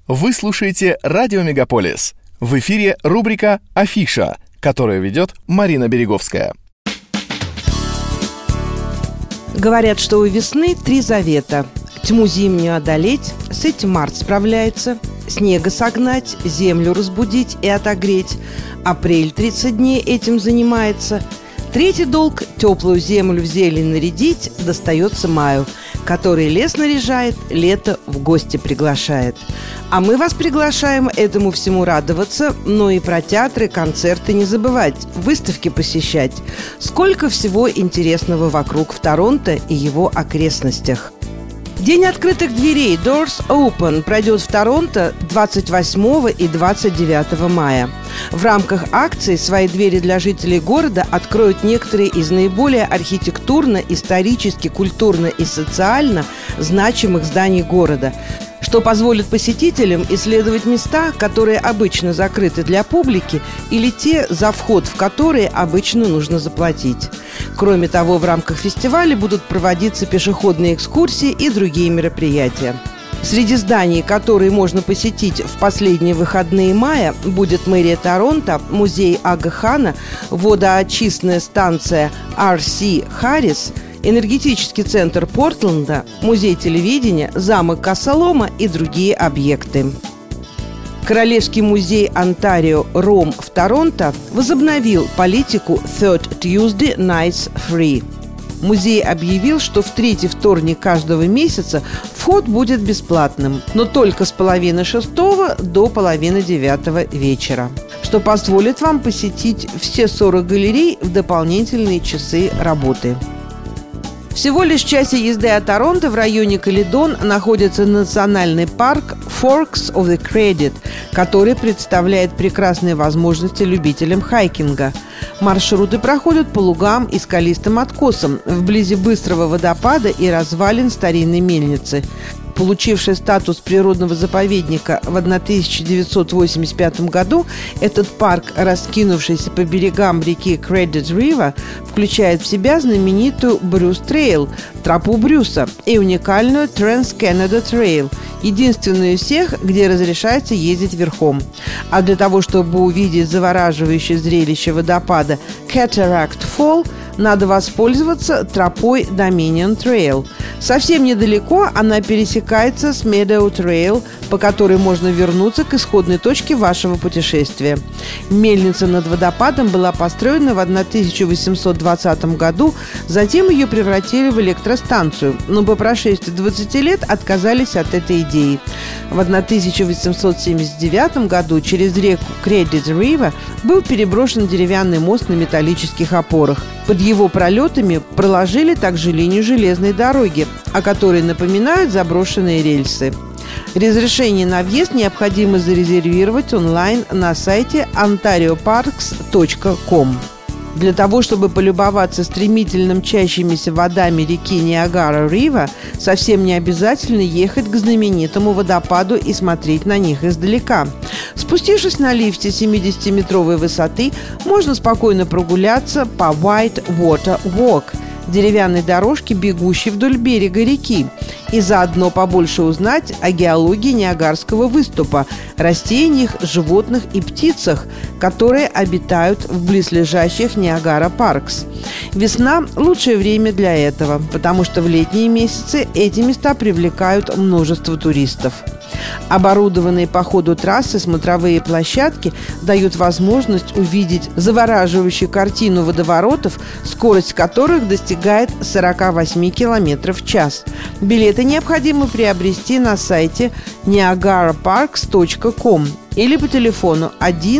Вы слушаете «Радио Мегаполис». В эфире рубрика «Афиша», которую ведет Марина Береговская. Говорят, что у весны 3 завета. Тьму зимнюю одолеть, с этим март справляется. Снега согнать, землю разбудить и отогреть. Апрель 30 дней этим занимается. Третий долг – теплую землю в зелень нарядить, достается маю, который лес наряжает, лето в гости приглашает. А мы вас приглашаем этому всему радоваться, но и про театры, концерты не забывать, выставки посещать. Сколько всего интересного вокруг в Торонто и его окрестностях. День открытых дверей Doors Open пройдет в Торонто 28 и 29 мая. В рамках акции свои двери для жителей города откроют некоторые из наиболее архитектурно, исторически, культурно и социально значимых зданий города, что позволит посетителям исследовать места, которые обычно закрыты для публики, или те, за вход в которые обычно нужно заплатить. Кроме того, в рамках фестиваля будут проводиться пешеходные экскурсии и другие мероприятия. Среди зданий, которые можно посетить в последние выходные мая, будет мэрия Торонто, музей Ага Хана, водоочистная станция RC Харрис, энергетический центр Портленда, музей телевидения, замок Касалома и другие объекты. Королевский музей Онтарио Ром в Торонто возобновил политику Third Tuesday Nights Free. Музей объявил, что в третий вторник каждого месяца вход будет бесплатным, но только с 5:30 до 8:30 вечера, что позволит вам посетить все 40 галерей в дополнительные часы работы. Всего лишь в часе езды от Торонто в районе Каледон находится национальный парк Forks of the Credit, который представляет прекрасные возможности любителям хайкинга. Маршруты проходят по лугам и скалистым откосам, вблизи быстрого водопада и развалин старинной мельницы. Получивший статус природного заповедника в 1985 году, этот парк, раскинувшийся по берегам реки Credit River, включает в себя знаменитую Брюс Трейл, тропу Брюса, и уникальную Trans-Canada Trail, единственную из всех, где разрешается ездить верхом. А для того, чтобы увидеть завораживающее зрелище водопада Cataract Fall, надо воспользоваться тропой Dominion Trail. Совсем недалеко она пересекается с Meadow Trail, по которой можно вернуться к исходной точке вашего путешествия. Мельница над водопадом была построена в 1820 году, затем ее превратили в электростанцию, но по прошествии 20 лет отказались от этой идеи. В 1879 году через реку Credit River был переброшен деревянный мост на металлических опорах. Под его пролетами проложили также линию железной дороги, о которой напоминают заброшенные рельсы. Разрешение на въезд необходимо зарезервировать онлайн на сайте ontarioparks.com. Для того, чтобы полюбоваться стремительно мчащимися водами реки Ниагара-Рива, совсем не обязательно ехать к знаменитому водопаду и смотреть на них издалека. Спустившись на лифте 70-метровой высоты, можно спокойно прогуляться по White Water Walk, деревянной дорожке, бегущей вдоль берега реки, и заодно побольше узнать о геологии Ниагарского выступа, растениях, животных и птицах, которые обитают в близлежащих Ниагара Паркс. Весна – лучшее время для этого, потому что в летние месяцы эти места привлекают множество туристов. Оборудованные по ходу трассы смотровые площадки дают возможность увидеть завораживающую картину водоворотов, скорость которых достигает 48 км в час. Билеты необходимо приобрести на сайте niagaraparks.com или по телефону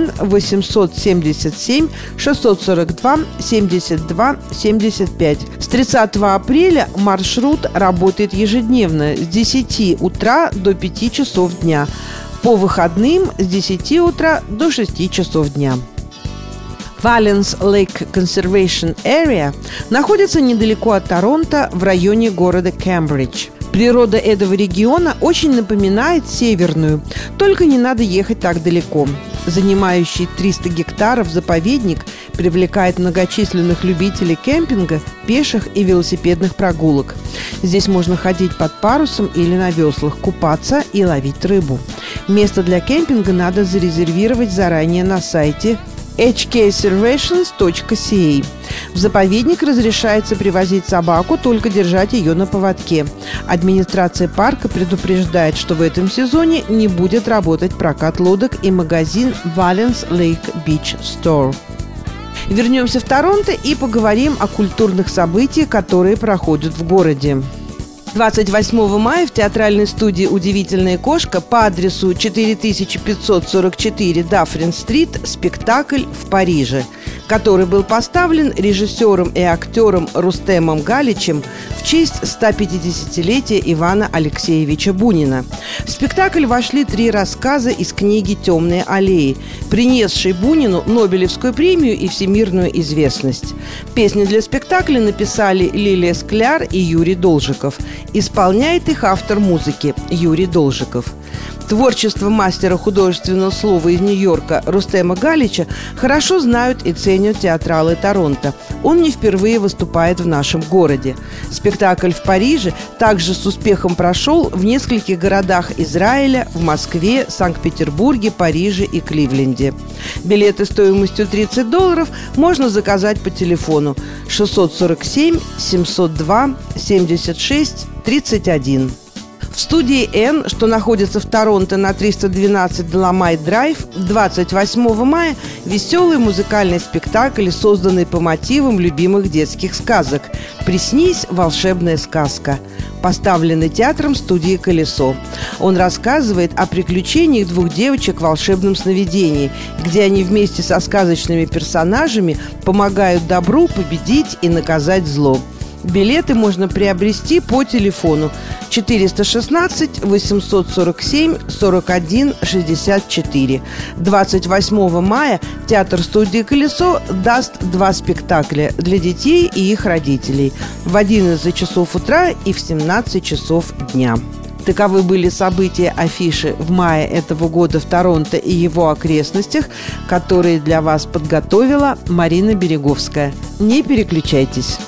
1-877-642-72-75. С 30 апреля маршрут работает ежедневно с 10 утра до 5 часов дня, по выходным с 10 утра до 6 часов дня. Valence Lake Conservation Area находится недалеко от Торонто в районе города Кембридж. Природа этого региона очень напоминает северную, только не надо ехать так далеко. Занимающий 300 гектаров заповедник привлекает многочисленных любителей кемпинга, пеших и велосипедных прогулок. Здесь можно ходить под парусом или на веслах, купаться и ловить рыбу. Место для кемпинга надо зарезервировать заранее на сайте hkservations.ca. В заповедник разрешается привозить собаку, только держать ее на поводке. Администрация парка предупреждает, что в этом сезоне не будет работать прокат лодок и магазин Valence Lake Beach Store. Вернемся в Торонто и поговорим о культурных событиях, которые проходят в городе. 28 мая в театральной студии «Удивительная кошка» по адресу 4544 Даффрин-стрит спектакль «В Париже», который был поставлен режиссером и актером Рустемом Галичем в честь 150-летия Ивана Алексеевича Бунина. В спектакль вошли 3 рассказа из книги «Темные аллеи», принесшей Бунину Нобелевскую премию и всемирную известность. Песни для спектакля написали Лилия Скляр и Юрий Должиков. Исполняет их автор музыки Юрий Должиков. Творчество мастера художественного слова из Нью-Йорка Рустема Галича хорошо знают и ценят театралы Торонто. Он не впервые выступает в нашем городе. Спектакль в Париже также с успехом прошел в нескольких городах Израиля, в Москве, Санкт-Петербурге, Париже и Кливленде. Билеты стоимостью $30 можно заказать по телефону 647 702 76 31. В студии «Н», что находится в Торонто на 312 Деламайт Драйв, 28 мая веселый музыкальный спектакль, созданный по мотивам любимых детских сказок «Приснись, волшебная сказка», поставленный театром студии «Колесо». Он рассказывает о приключениях 2 девочек в волшебном сновидении, где они вместе со сказочными персонажами помогают добру победить и наказать зло. Билеты можно приобрести по телефону 416 847 41 64. 28 мая театр студии «Колесо» даст 2 спектакля для детей и их родителей в 11 часов утра и в 17 часов дня. Таковы были события афиши в мае этого года в Торонто и его окрестностях, которые для вас подготовила Марина Береговская. Не переключайтесь.